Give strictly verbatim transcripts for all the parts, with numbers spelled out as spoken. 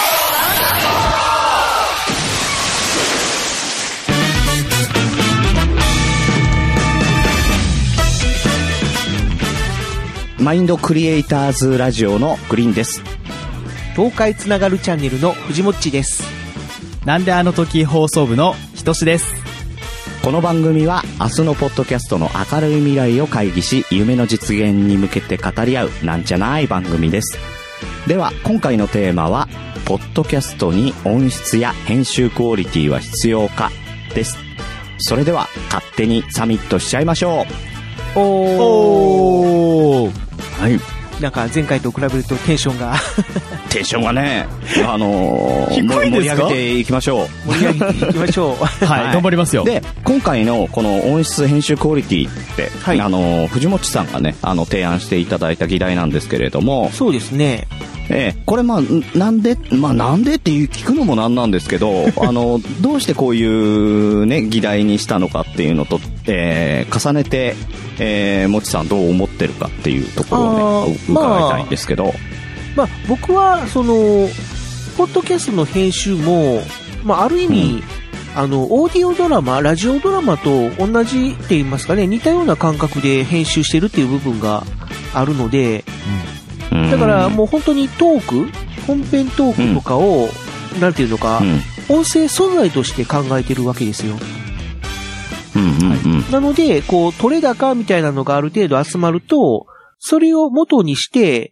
マインドクリエイターズラジオのグリーンです。 東海つながるチャンネルの藤もっちです。 なんであの時放送部のひとしです。 この番組は明日のポッドキャストの明るい未来を会議し、夢の実現に向けて語り合うなんじゃない番組です。では今回のテーマは、ポッドキャストに音質や編集クオリティは必要かです。それでは勝手にサミットしちゃいましょう。 おー、 はい。 なんか前回と比べるとテンションがテンションがね、あのー、盛り上げていきましょう。 盛り上げていきましょう。 はい、はい、頑張りますよ。 で、今回のこの音質編集クオリティって、はい、あのー、藤本さんがね、あの、提案していただいた議題なんですけれども。 そうですね。 ええ、これまあ、なんで、まあなんでって聞くのもなんなんですけど、あの、どうしてこういうね、議題にしたのかっていうのと、えー、重ねて、えー、もちさんどう思ってるかっていうところをね、伺いたいんですけど。 まあ、まあ、僕は、その、ポッドキャストの編集も、まあ、ある意味、うん、あの、オーディオドラマ、ラジオドラマと同じって言いますかね、似たような感覚で編集してるっていう部分があるので、うん、だからもう本当にトーク、本編トークとかを、うん、なんていうのか、うん、音声素材として考えてるわけですよ。 うんうんうん、 なので、こう、取れ高みたいなのがある程度集まると、それを元にして、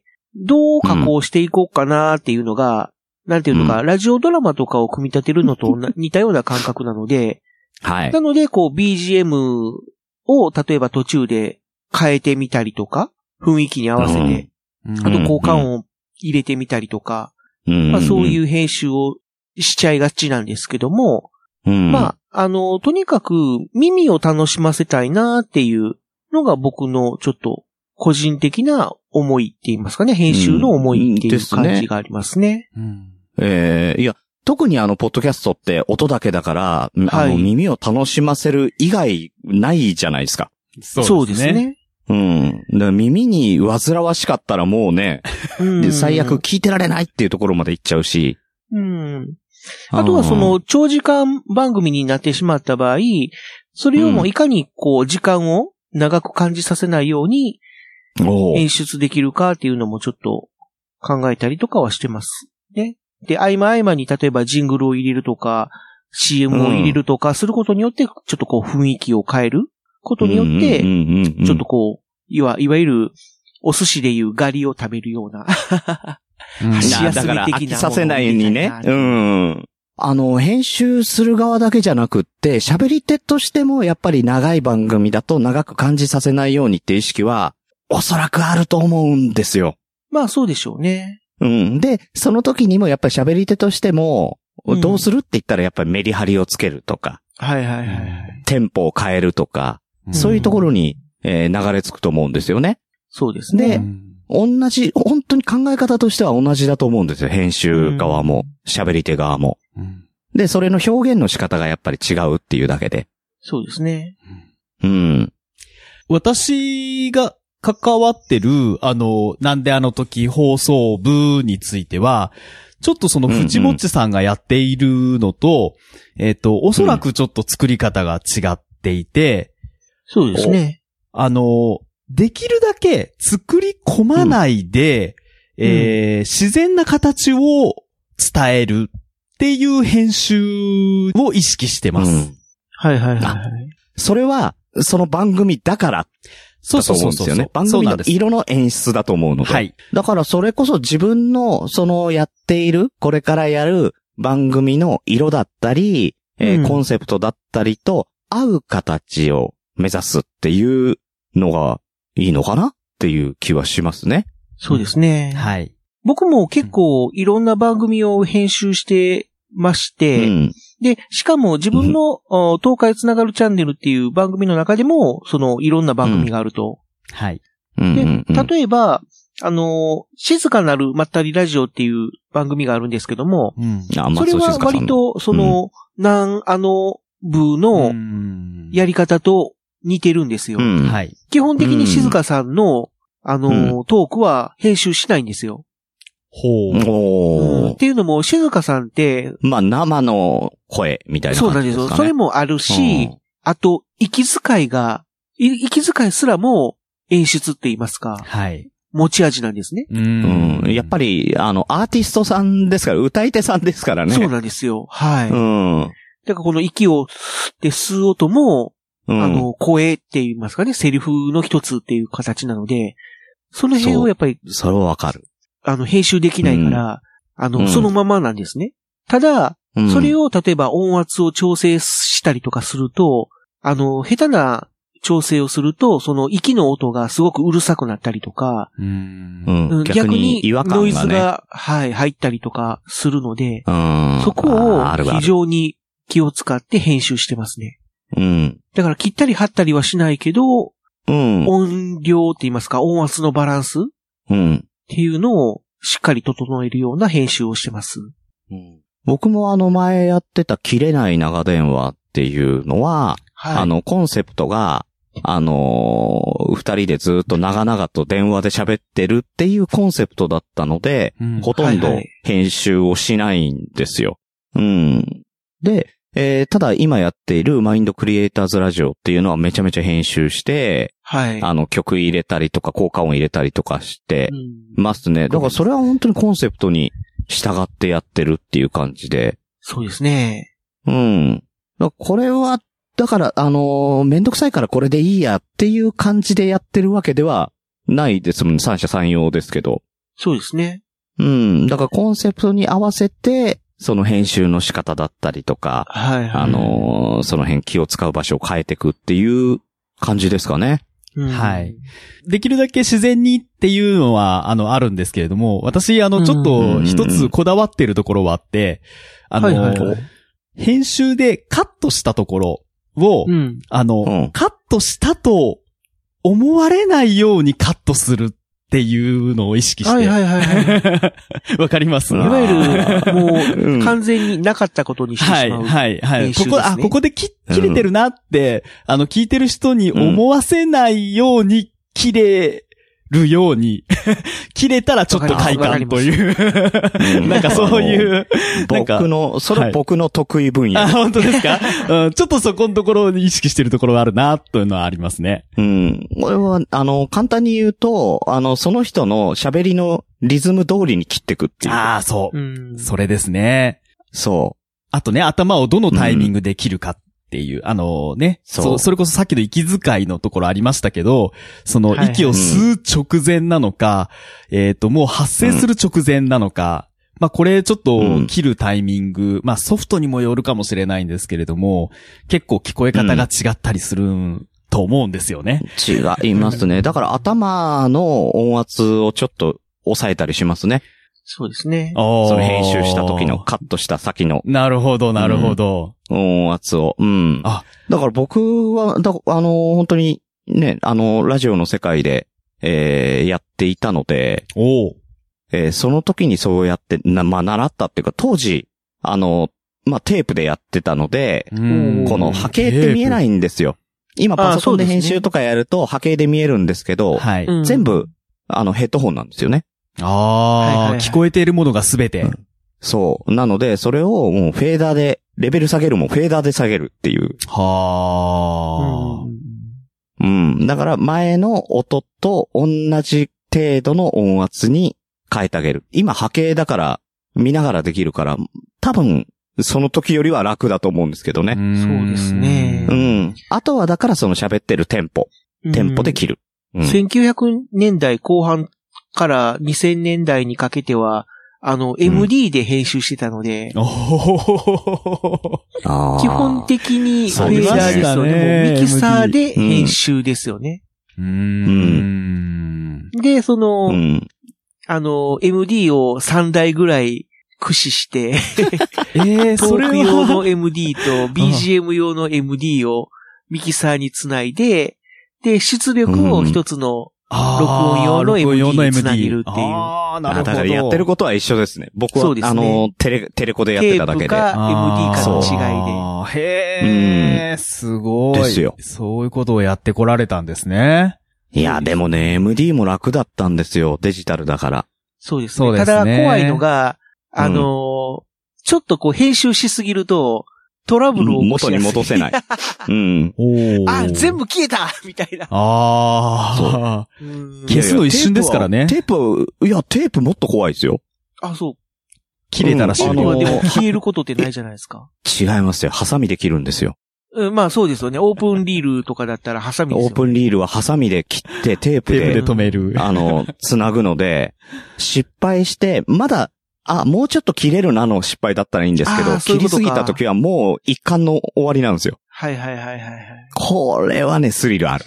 どう加工していこうかなっていうのが、うん、なんていうのか、ラジオドラマとかを組み立てるのと似たような感覚なので、 はい。 なので、こう、ビージーエム を、例えば途中で変えてみたりとか、雰囲気に合わせて、うん、あと効果音を入れてみたりとか、うんまあ、そういう編集をしちゃいがちなんですけども、うん、まあ、あの、とにかく耳を楽しませたいなっていうのが僕のちょっと個人的な思いって言いますかね、編集の思いっていう感じがありますね。 うんうんえー、いや、特にあの、ポッドキャストって音だけだから、はい、あの耳を楽しませる以外ないじゃないですか。 そうですね。そうですね。 うん。だから耳に煩わしかったらもうね、で最悪聞いてられないっていうところまで行っちゃうし。 うん。あとはその長時間番組になってしまった場合、それをもいかにこう時間を長く感じさせないように演出できるかっていうのもちょっと考えたりとかはしてますね。で、合間合間に例えばジングルを入れるとか シーエム を入れるとかすることによってちょっとこう雰囲気を変えることによってちょっとこういわ、いわゆるお寿司でいうガリを食べるような箸休め的なものみたいな。だから飽きさせないようにね。うん。あの、編集する側だけじゃなくって、喋り手としてもやっぱり長い番組だと長く感じさせないようにっていう意識は、おそらくあると思うんですよ。まあそうでしょうね。うん。で、その時にもやっぱり喋り手としても、どうするって言ったらやっぱりメリハリをつけるとか。はいはいはい。テンポを変えるとか、そういうところに、えー、流れ着くと思うんですよね。そうですね。で、同じ、本当に考え方としては同じだと思うんですよ。編集側も、喋り手側も。で、それの表現の仕方がやっぱり違うっていうだけで。そうですね。うん。 私が関わってる、あの、なんであの時放送部については、ちょっとその藤もっちさんがやっているのと、うんうん、えっと、おそらくちょっと作り方が違っていて、 うん、そうですね。 あの、できるだけ作り込まないで、うんえーうん、自然な形を伝えるっていう編集を意識してます。うん、 はいはいはい。 それは、その番組だから。そうそうそうそう。番組の色の演出だと思うので。はい。だからそれこそ自分の、そのやっている、これからやる番組の色だったり、えーうん、コンセプトだったりと合う形を目指すっていうのがいいのかなっていう気はしますね。 そうですね。はい。僕も結構いろんな番組を編集してまして、うん、で、しかも自分の、うん、東海つながるチャンネルっていう番組の中でも、そのいろんな番組があると。うん、はい。で、例えば、あの、静かなるまったりラジオっていう番組があるんですけども、うん、それは割と、その、うん、なん、あの部のやり方と似てるんですよ。 うん、 はい。 基本的に静香さんの、あの、うん、トークは編集しないんですよ。 ほう。 うん、っていうのも、静香さんって、 まあ、生の声みたいな感じですかね。そうなんですよ。 それもあるし、うん、あと、息遣いが、息遣いすらも演出って言いますか。 はい。 持ち味なんですね。 うん。やっぱり、あの、アーティストさんですから、歌い手さんですからね。 そうなんですよ。はい。 うん。 だからこの息をで吸う音も、うん、あの、声って言いますかね、セリフの一つっていう形なので、その辺をやっぱり、 そ, それはわかる。 あの、編集できないから、うん、あの、うん、そのままなんですね。ただ、うん、それを例えば音圧を調整したりとかすると、あの、下手な調整をすると、その息の音がすごくうるさくなったりとか、 うん、 逆にノイズが、はい、入ったりとかするので、 うん、 そこを非常に気を使って編集してますね。 うん、 だから切ったり貼ったりはしないけど、 うん、 音量って言いますか、音圧のバランス、 うん、 っていうのをしっかり整えるような編集をしてます。 うん、僕もあの前やってた切れない長電話っていうのは、はい、あのコンセプトが、あのー、二人でずっと長々と電話で喋ってるっていうコンセプトだったので、うん、ほとんど編集をしないんですよ。はいはい、うん。で、えー、ただ今やっているマインドクリエイターズラジオっていうのはめちゃめちゃ編集して、 はい。 あの曲入れたりとか効果音入れたりとかしてますね。うん、だからそれは本当にコンセプトに従ってやってるっていう感じで。 そうですね。 うん。これは、だから、あのー、めんどくさいからこれでいいやっていう感じでやってるわけではないですもん。三者三様ですけど。 そうですね。 うん。だからコンセプトに合わせて、その編集の仕方だったりとか、 はいはい、 あのー、その辺気を使う場所を変えていくっていう感じですかね。 うん、はい。できるだけ自然にっていうのは、あの、あるんですけれども、私、あの、ちょっと一つこだわってるところはあって、あの、はいはいはい、編集でカットしたところを、うん、あの、うん、カットしたと思われないようにカットするっていうのを意識して。 はいはいはいはい。 わかります？ いわゆる、もう、完全になかったことにしてしまう、 うん。はいはいはい。ここ、あ、ここで切、切れてるなって、うん、あの、聞いてる人に思わせないように切れるように、切れたらちょっと快感という。なんかそういう。 僕の、それ僕の得意分野。 あ、本当ですか、うん、ちょっとそこのところに意識してるところがあるな、というのはありますね。 うん。これは、あの、簡単に言うと、あの、その人の喋りのリズム通りに切っていくっていう。 ああ、そう、うん。それですね。 そう。 あとね、頭をどのタイミングで切るか。っていう、あのね、そう、それこそさっきの息遣いのところありましたけど、その息を吸う直前なのか、はいはい、えっと、もう発生する直前なのか、うん、まあこれちょっと切るタイミング、うん、まあソフトにもよるかもしれないんですけれども、結構聞こえ方が違ったりする、うんと思うんですよね。 違いますね。だから頭の音圧をちょっと抑えたりしますね。 そうですね。 その編集した時のカットした先の。 なるほど、なるほど。 うん、音圧を。うん。あ、だから僕は、だあの、本当にね、あの、ラジオの世界で、えー、やっていたので、 おえー、その時にそうやって、な、まあ、習ったっていうか、当時、あの、まあ、テープでやってたので、この波形って見えないんですよ。今パソコンで編集とかやると波形で見えるんですけど、 はい、 全部、あの、ヘッドホンなんですよね。 ああ、はいはいはい、聞こえているものがすべて、うん。 そう。なので、それをもうフェーダーで、レベル下げるもフェーダーで下げるっていう。 はあ。うん。だから前の音と同じ程度の音圧に変えてあげる。今波形だから見ながらできるから、多分その時よりは楽だと思うんですけどね。 そうですね。 うん。あとはだからその喋ってるテンポ。テンポで切る。 うん、せんきゅうひゃくねんだいこう半からにせんねんだいにかけては、あの、エムディー で編集してたので、うん、基本的にフェーダーですよね。ミキサーで編集ですよね。 うん、 で、その、うん、あの、エムディー をさんだいぐらい駆使して、 えー、 トーク用の エムディー と ビージーエム 用の エムディー をミキサーにつないで、で、出力を一つの、 録音用の エムディー につなげるっていう。 ああ、なるほど。 だからやってることは一緒ですね。僕は、そうですね、あの、テレ、テレコでやってただけで。 テープか エムディー かの違いで。へえ、すごい。ですよ。そういうことをやってこられたんですね。 いや、でもね、エムディー も楽だったんですよ。デジタルだから。 そうですね。そうですね。ただ怖いのが、あのーうん、ちょっとこう編集しすぎると、トラブルを起こしやすい、 元に戻せない。うん。 あ、全部消えたみたいな。 ああ。消すの一瞬ですからね。 テープ、いや、テープもっと怖いですよ。 あ、そう。 切れたら終了。 うん、でも消えることってないじゃないですか。 違いますよ。ハサミで切るんですよ。 うん、まあそうですよね。オープンリールとかだったらハサミですよ、ね。 オープンリールはハサミで切ってテープで。 テープで止める。 あの、つなぐので、失敗して、まだ、あ、もうちょっと切れるなの失敗だったらいいんですけど、切りすぎた時はもう一貫の終わりなんですよ。 はいはいはいはい、はい。 これはね、スリルある。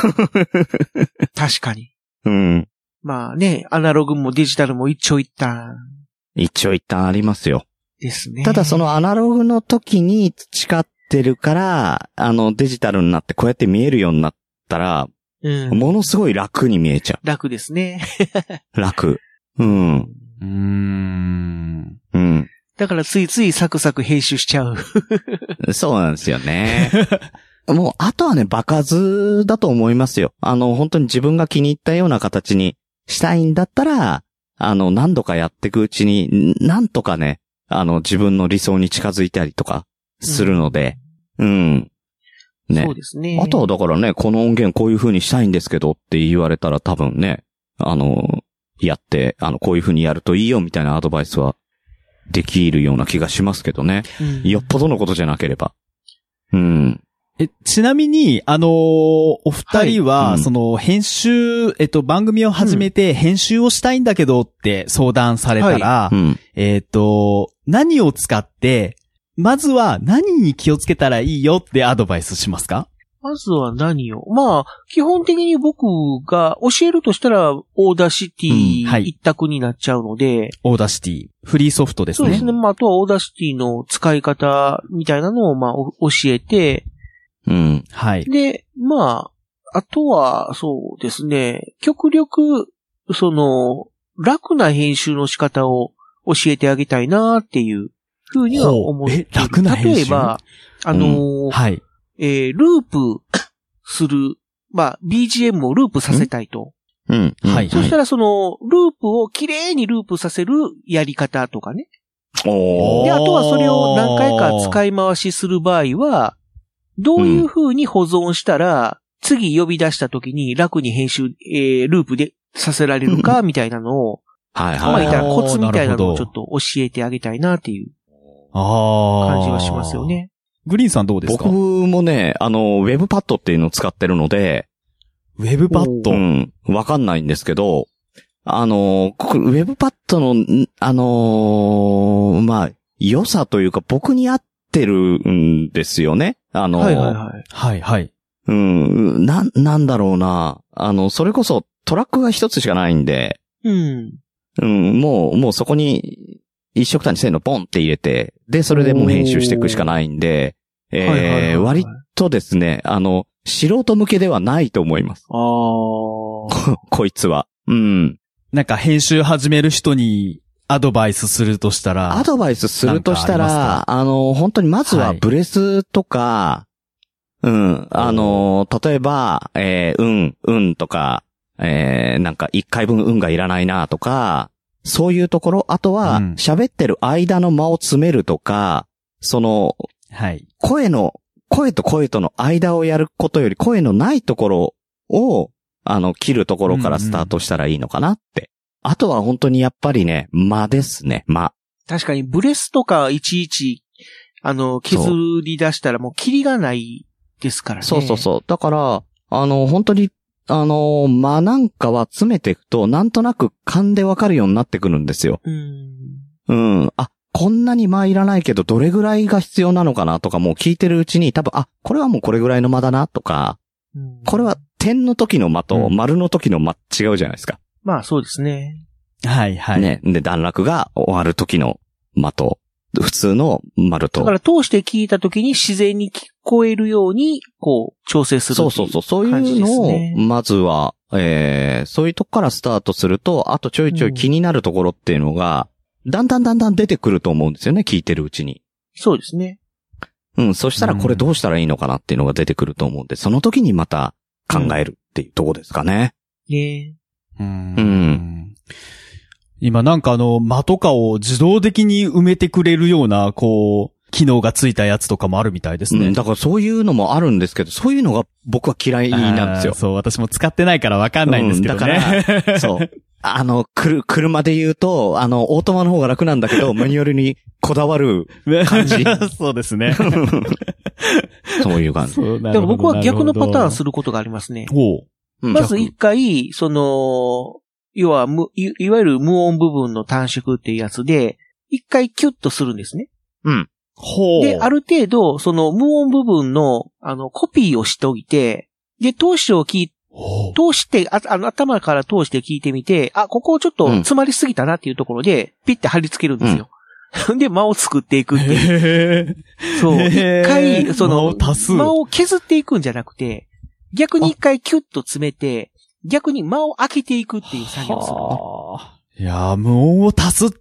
確かに。 うん。 まあね、アナログもデジタルも一長一短。 一長一短ありますよ。 ですね。 ただそのアナログの時に培ってるから、あのデジタルになってこうやって見えるようになったら、うん、ものすごい楽に見えちゃう。 楽ですね。 楽。うん。 うーん。 うん。 だからついついサクサク編集しちゃう。 そうなんですよね。もう、あとはね、場数だと思いますよ。あの、本当に自分が気に入ったような形にしたいんだったら、あの、何度かやっていくうちに、なんとかね、あの、自分の理想に近づいたりとかするので、うん。うん、ね。 そうですね。 あとはだからね、この音源こういう風にしたいんですけどって言われたら多分ね、あの、やって、あの、こういう風にやるといいよみたいなアドバイスはできるような気がしますけどね。うん、よっぽどのことじゃなければ。うん。 え、ちなみに、あのー、お二人は、はいうん、その、編集、えっと、番組を始めて、編集をしたいんだけどって相談されたら、はいうん、えっと、何を使って、まずは何に気をつけたらいいよってアドバイスしますか？ まずは何をまあ、基本的に僕が教えるとしたら、オーダーシティ一択になっちゃうので、うんはい、 オーダーシティ。フリーソフトですね。 そうですね。まあ、あとはオーダーシティの使い方みたいなのを、まあ、教えて、 うん。 はい。 で、まあ、あとは、そうですね、極力、その、楽な編集の仕方を教えてあげたいなっていうふうには思っている。 え、楽な編集？ 例えば、あのーうん、はい。 えー、ループする、まあ、ビージーエム をループさせたいと。 うん。はい。 そしたらその、ループをきれいにループさせるやり方とかね。 おー。 で、あとはそれを何回か使い回しする場合は、どういう風に保存したら、うん、次呼び出した時に楽に編集、えー、ループでさせられるか、みたいなのを、 はいはい。 まあ、言ったらコツみたいなのをちょっと教えてあげたいなっていう感じがしますよね。 グリーンさんどうですか？ 僕もね、あの、ウェブパッドっていうのを使ってるので、 ウェブパッド？ うん、わかんないんですけど、あの、ウェブパッドの、あのー、まあ、良さというか僕に合ってるんですよね。あの、 はいはいはい。 はいはい。 うん、な、なんだろうな。あの、それこそトラックが一つしかないんで、 うん。 うん、もう、もうそこに、一色単に線のポンって入れて、で、それでもう編集していくしかないんで、えーはいはいはいはい、割とですね、あの、素人向けではないと思います。 ああ。こ、 こいつは。うん。 なんか編集始める人にアドバイスするとしたら。 アドバイスするとしたら、あ, あの、本当にまずはブレスとか、はい、うん、あの、例えば、えー、うん、うんとか、えー、なんか一回分うんがいらないなとか、そういうところ、あとは、喋ってる間の間を詰めるとか、その、 はい。 声の、声と声との間をやることより声のないところを、あの、切るところからスタートしたらいいのかなって。うんうん、あとは本当にやっぱりね、間ですね、間。 確かにブレスとかいちいち、あの、削り出したらもうキリがないですからね。 そうそうそう。だから、あの、本当に、あの、間なんかは詰めていくと、なんとなく勘でわかるようになってくるんですよ。 うん。 うん。あ、こんなに間いらないけど、どれぐらいが必要なのかなとかもう聞いてるうちに多分、あ、これはもうこれぐらいの間だなとか、うん、これは点の時の間と丸の時の間違うじゃないですか。 うん、まあそうですね。 はいはい。 ね。で、段落が終わる時の間と、普通の丸と。 だから通して聞いた時に自然に聞こえるように、こう、調整するっていう感じですね。 そうそうそう。そういうのを、まずは、えー、そういうとこからスタートすると、あとちょいちょい気になるところっていうのが、うん、だんだんだんだん出てくると思うんですよね、聞いてるうちに。 そうですね。 うん、そしたらこれどうしたらいいのかなっていうのが出てくると思うんで、その時にまた考えるっていうところですかね。 ねうん。うん。今なんかあの、間とかを自動的に埋めてくれるような、こう、機能がついたやつとかもあるみたいですね。 うん、だからそういうのもあるんですけど、そういうのが僕は嫌いなんですよ。 そう、私も使ってないからわかんないんですけどね。 うん、だから、そう。あの、くる、車で言うと、あの、オートマの方が楽なんだけど、マニュアルにこだわる感じ。 そうですね。 そういう感じ。 でも僕は逆のパターンすることがありますね。 ほう。まず一回、その、要は、い、いわゆる無音部分の短縮っていうやつで、一回キュッとするんですね。 うん。 ほう。 で、ある程度、その無音部分の、あの、コピーをしておいて、で、通しを聞い、通して、あ、あの、頭から通して聞いてみて、あ、ここをちょっと詰まりすぎたなっていうところで、ピッて貼り付けるんですよ。うん、で、間を作っていくっていう。そう。一回、その、間を削っていくんじゃなくて、逆に一回キュッと詰めて、逆に間を開けていくっていう作業をするのね。 いやー、無音を足すって、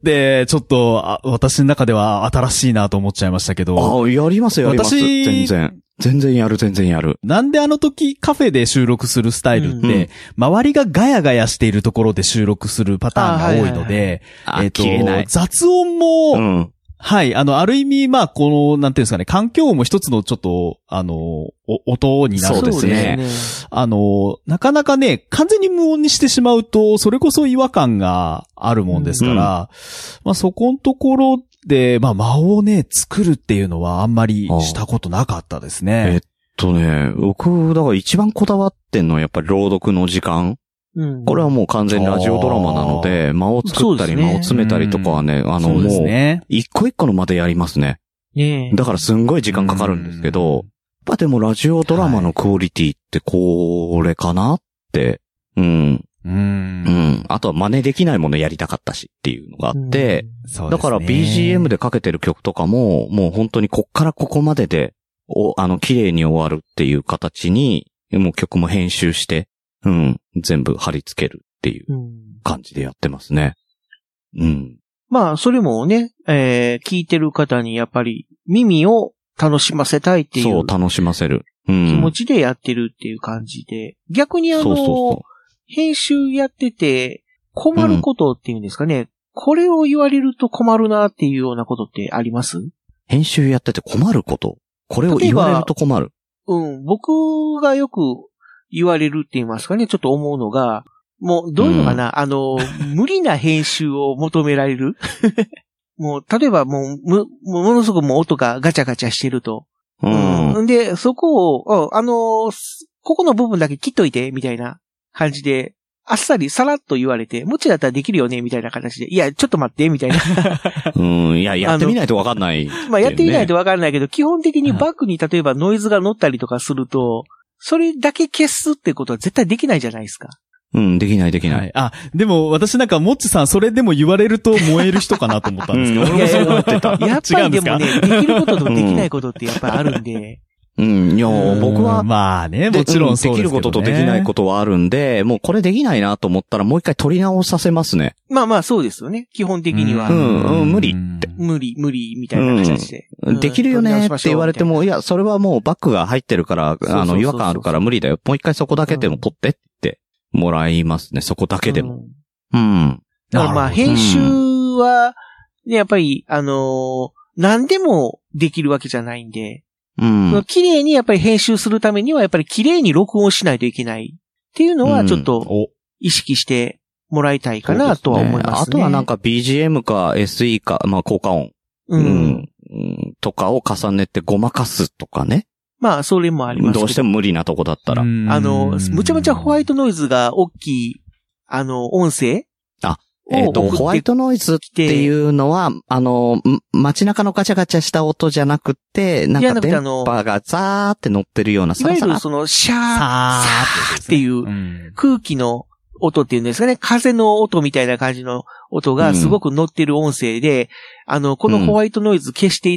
ちょっと、あ、私の中では新しいなと思っちゃいましたけど。 あ、やりますやります。私、全然。全然やる、全然やる。 なんであの時カフェで収録するスタイルって、うんうん、周りがガヤガヤしているところで収録するパターンが多いので、えっと、雑音も、うん、はい、あの、ある意味、まあ、この、なんていうんですかね、環境も一つのちょっと、あの、音になるんですね。そうですね。あの、なかなかね、完全に無音にしてしまうと、それこそ違和感があるもんですから、うん、まあ、そこのところで、まあ、間をね、作るっていうのはあんまりしたことなかったですね。 えっとね、僕、だから一番こだわってんのはやっぱり朗読の時間。うん、これはもう完全にラジオドラマなので、間を作ったり、間を詰めたりとかはね、あの、もう、一個一個の間でやりますね。ねだからすんごい時間かかるんですけど、やっぱでもラジオドラマのクオリティってこれかなって、うん。うん。うん。あとは真似できないものやりたかったしっていうのがあって、うん、だから ビージーエム でかけてる曲とかも、もう本当にこっからここまでで、お、あの、綺麗に終わるっていう形に、もう曲も編集して、うん。全部貼り付けるっていう感じでやってますね。うん。 まあ、それもね、えー、聞いてる方にやっぱり耳を楽しませたいっていう。 そう、楽しませる。 うん。気持ちでやってるっていう感じで。逆にあの、そうそうそう編集やってて困ることっていうんですかね、うん。これを言われると困るなっていうようなことってあります？ 編集やってて困ること？これを言われると困る？ うん。僕がよく言われるって言いますかね、ちょっと思うのが、もう、どういうのかな、うん、あの、無理な編集を求められるもう、例えばもう、む、ものすごくもう音がガチャガチャしてると。うん。うん、で、そこを、あの、ここの部分だけ切っといて、みたいな感じで、あっさりさらっと言われて、もっちだったらできるよね、みたいな形で、いや、ちょっと待って、みたいな。 うん、いや、やってみないとわかんない、ね。 まあ、やってみないとわかんないけど、基本的にバックに例えばノイズが乗ったりとかすると、それだけ消すってことは絶対できないじゃないですか。 うん、できないできない。はい、 あ、でも私なんかもっちさんそれでも言われると燃える人かなと思ったんですけど、うん、俺もそう思ってた。 やっぱりでもね、できることとできないことってやっぱりあるんで。 うん、いや、僕は、 まあね、もちろんそうですけどね。できることとできないことはあるんで、もうこれできないなと思ったらもう一回取り直させますね。 まあまあそうですよね。基本的には。 うん、うん、無理って。 無理、無理みたいな形で。 うん、できるよねって言われても、いや、それはもうバックが入ってるから、あの、違和感あるから無理だよ。もう一回そこだけでも取ってってもらいますね。そこだけでも。うん。うん、 だからまあ編集は、ね、やっぱり、あのー、何でもできるわけじゃないんで、うん。綺麗にやっぱり編集するためにはやっぱり綺麗に録音しないといけないっていうのはちょっと意識してもらいたいかなとは思いますね。 あとはなんか ビージーエム か エスイー か、まあ効果音、うん、うん、とかを重ねてごまかすとかね。 まあそれもありますけど。 どうしても無理なとこだったら。あの、むちゃむちゃホワイトノイズが大きい、あの、音声あ、えっと、ホワイトノイズっていうのは、あの、街中のガチャガチャした音じゃなくて、なんか電波がザーって乗ってるような、 いわゆるその、シャー、サーっていう空気の音っていうんですかね、風の音みたいな感じの音がすごく乗ってる音声で、うん、あの、このホワイトノイズ消していただ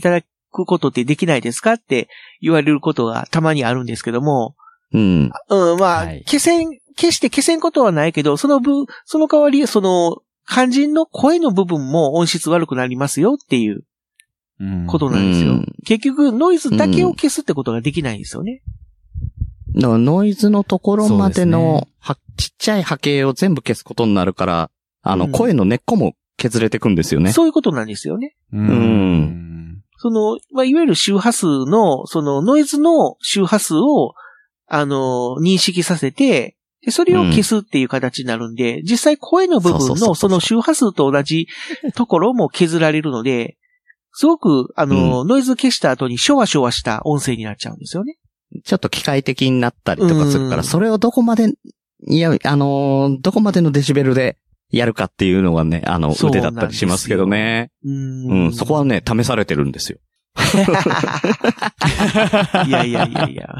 くことってできないですかって言われることがたまにあるんですけども、 うん。 うん、まあ、はい、消せん、消して消せんことはないけど、その分、その代わり、その、肝心の声の部分も音質悪くなりますよっていうことなんですよ。うん、結局、ノイズだけを消すってことができないんですよね。 うん、だからノイズのところまでの、ね、はちっちゃい波形を全部消すことになるから、あの、うん、声の根っこも削れていくんですよね。 そういうことなんですよね。 うん。 その、まあ、いわゆる周波数の、そのノイズの周波数を、あの、認識させて、で、それを消すっていう形になるんで、うん、実際声の部分のその周波数と同じところも削られるので、すごく、あの、うん、ノイズ消した後にショワショワした音声になっちゃうんですよね。 ちょっと機械的になったりとかするから、それをどこまで、いや、あの、どこまでのデシベルでやるかっていうのがね、あの、腕だったりしますけどね。うん、うん、そこはね、試されてるんですよ。 いやいやいやいや。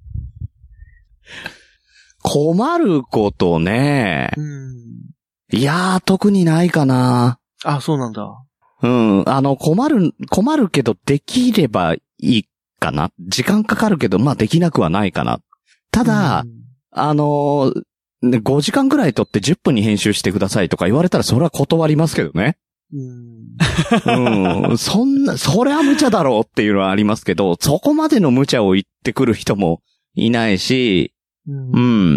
困ることね。 うん、 いやー、特にないかな。 あ、そうなんだ。 うん。あの、困る、困るけど、できればいいかな。時間かかるけど、まあ、できなくはないかな。ただ、うん、あのー、ごじかんくらい撮ってじゅっぷんに編集してくださいとか言われたら、それは断りますけどね。うん。うん。そんな、それは無茶だろうっていうのはありますけど、そこまでの無茶を言ってくる人もいないし、うん。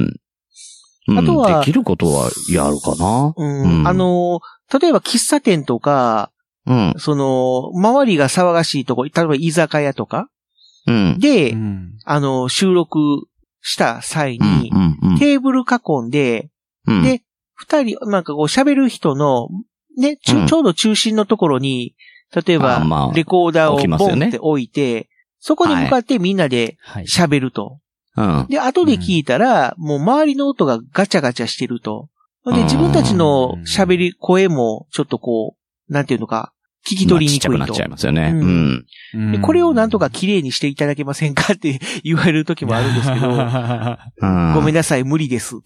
うん。あとは、できることはやるかな。 うん。うん、あの、例えば喫茶店とか、 うん。 その、周りが騒がしいとこ、例えば居酒屋とか、 うん。 で、 うん、 あの、収録した際に、 うんうんうん、 テーブル囲んで、 うん、 で、二人、なんかこう喋る人の、ね、ちょ、うん、ちょうど中心のところに、例えば、まあ、レコーダーをボンって置いて、ね、そこに向かってみんなで喋ると。 はい、 で、後で聞いたら、うん、もう周りの音がガチャガチャしてると。で、自分たちの喋り声も、ちょっとこう、なんていうのか、聞き取りにくいと。 まあ、ちっちゃくなっちゃいますよね。 うん。うん、でこれをなんとか綺麗にしていただけませんかって言われる時もあるんですけど、 うん、 ごめんなさい、無理ですって。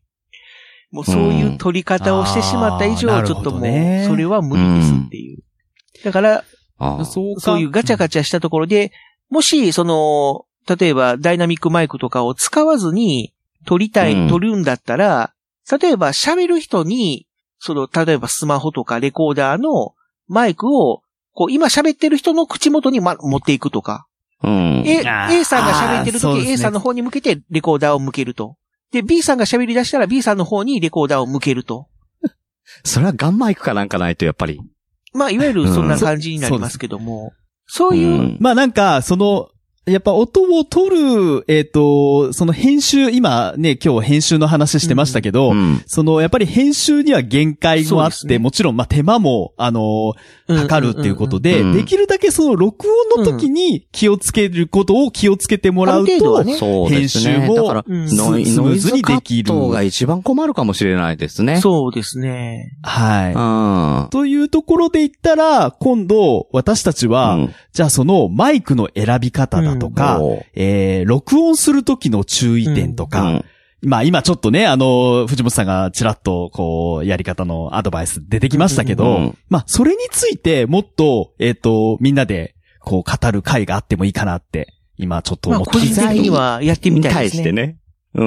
もうそういう取り方をしてしまった以上、うん、ちょっともう、それは無理ですっていう。だから、 そうそういうガチャガチャしたところで、もし、その、例えばダイナミックマイクとかを使わずに撮りたい、うん、撮るんだったら、例えば喋る人に、その、例えばスマホとかレコーダーのマイクを、こう、今喋ってる人の口元に、ま、持っていくとか。 うん、 A、A さんが喋ってるとき、ね、A さんの方に向けてレコーダーを向けると。で、B さんが喋り出したら B さんの方にレコーダーを向けると。 それはガンマイクかなんかないとやっぱり。 まあ、いわゆるそんな感じになりますけども。うん、そ, そういう、うん、 まあなんか、その、やっぱ音を取る、えっと、その編集、今ね、今日編集の話してましたけど、 うん、 そのやっぱり編集には限界もあって、ね、もちろんまあ手間も、あの、かかるっていうことで、うんうんうん、できるだけその録音の時に気をつけることを気をつけてもらうと、 ね、 編集もだからスムーズにできる。ノイズカットが一番困るかもしれないですね。 そうですね。 はい。というところで言ったら、今度私たちは、うん、じゃあそのマイクの選び方だとか、うん、えー、録音するときの注意点とか、うん、まあ今ちょっとね、あの、藤本さんがちらっとこう、やり方のアドバイス出てきましたけど、うん、まあそれについてもっと、えっと、みんなでこう語る会があってもいいかなって、今ちょっと思って、 まあ、個人的にはやってみたいですね。 対してね。うん。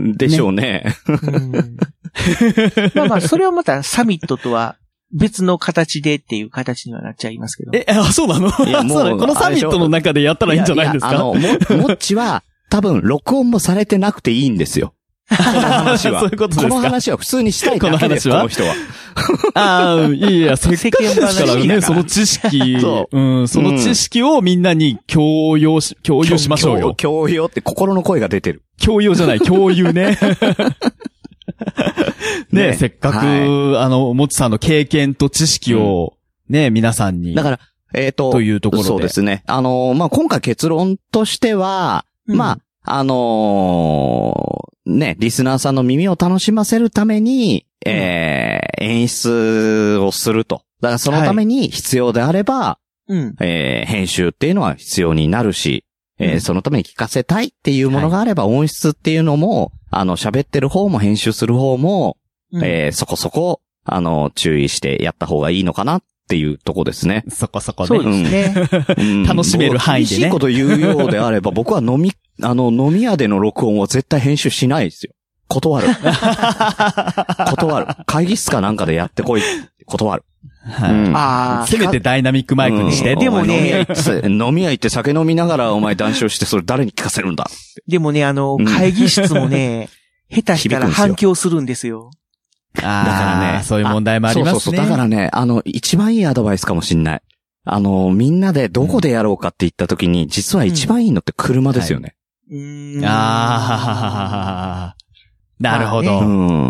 でしょうね。ねうん、まあまあ、それはまたサミットとは、別の形でっていう形にはなっちゃいますけど。 え、あ、そうなの？いや、もう、このサミットの中でやったらいいんじゃないですか？いやいや、あの、も、もっちは、多分、録音もされてなくていいんですよ。この話は。 そういうことですか？ この話は普通にしたいだけです、この話は。この人は。 ああ、いやいや、せっかくですからね、その知識、そう、うん、その知識をみんなに共有し、共有しましょうよ。 共有って心の声が出てる。 共有じゃない、共有ね。ね, ねせっかく、はい、あの、もちさんの経験と知識を、ね、うん、皆さんに。 だから、えっ、ー、と、 というところで。 そうですね。あのー、まあ、今回結論としては、うん、まあ、あのー、ね、リスナーさんの耳を楽しませるために、うん、えー、演出をすると。だからそのために必要であれば、はい、えー、編集っていうのは必要になるし、えーうん、そのために聞かせたいっていうものがあれば、はい、音質っていうのも、あの、喋ってる方も編集する方も、うん、えー、そこそこ、あの、注意してやった方がいいのかなっっていうとこですね。 そこそこね。 そうですね。 うん、 楽しめる範囲でね。 厳しいこと言うようであれば、僕は飲み、あの、飲み屋での録音は絶対編集しないですよ。断る。断る。会議室かなんかでやってこい。断る。 はい。うん、ああ。せめてダイナミックマイクにして。 うん、でもね、 飲み屋行って酒飲みながらお前談笑してそれ誰に聞かせるんだ。 でもね、あの、会議室もね、うん、下手したら反響するんですよ。 ああ。だからね、そういう問題もありますね。そうそうそう。 だからね、あの、一番いいアドバイスかもしんない。あの、みんなでどこでやろうかって言った時に、うん、実は一番いいのって車ですよね。 うん。 ああ。なるほど。 うん。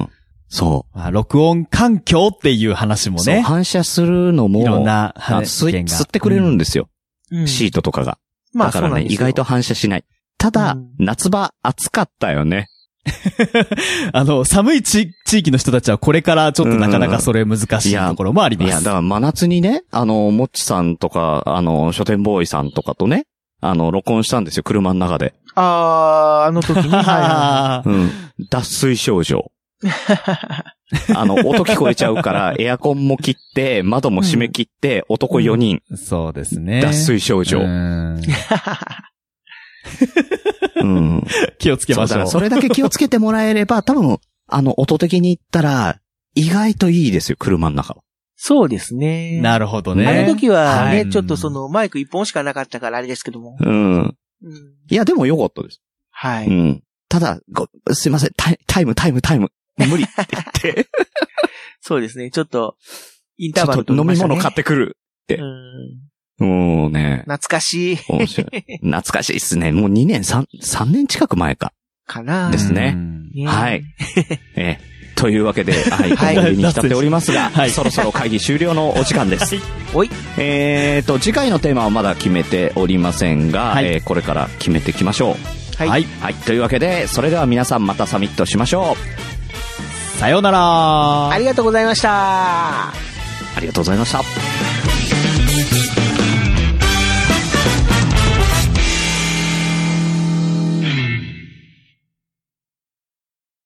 そう。 録音環境っていう話もね。そう、 反射するのも、いろんな吸吸ってくれるんですよ。うん、シートとかが。だからね、意外と反射しない。ただ、うん、夏場暑かったよね。 あの、寒い地域の人たちはこれからちょっとなかなかそれ難しいところもあります。 いや、いやだから真夏にね、あの、もっちさんとか、あの、書店ボーイさんとかとね、あの、録音したんですよ、車の中で。 あー、あの時に。はい。 うん。脱水症状。あの、音聞こえちゃうから、エアコンも切って、窓も閉め切って、うん、男よにん、 うん。そうですね。 脱水症状。うんうん、 気をつけましょう。 そうだ、それだけ気をつけてもらえれば、多分、あの、音的に言ったら、意外といいですよ、車の中は。 そうですね。 なるほどね。 あの時はね、はい、ちょっとその、マイク一本しかなかったからあれですけども。 うん。うん、いや、でも良かったです。 はい。 うん。ただ、ご、すいません、タイ、タイム、タイム、タイム、無理って言って。 そうですね、ちょっと、インターバルと、ね、 飲み物買ってくるって。うん。もうね。 懐かしい。 面白い。懐かしいっすね。もうにねん、さん、さんねん近く前か。 かなですね。はい。えー、というわけで、はい、はい、思い出に浸っておりますが、はい、そろそろ会議終了のお時間です。 おい。 えーと、次回のテーマはまだ決めておりませんが、はい、えー、これから決めていきましょう。はい。はい。はい。というわけで、それでは皆さんまたサミットしましょう。 さようなら。 ありがとうございました。 ありがとうございました。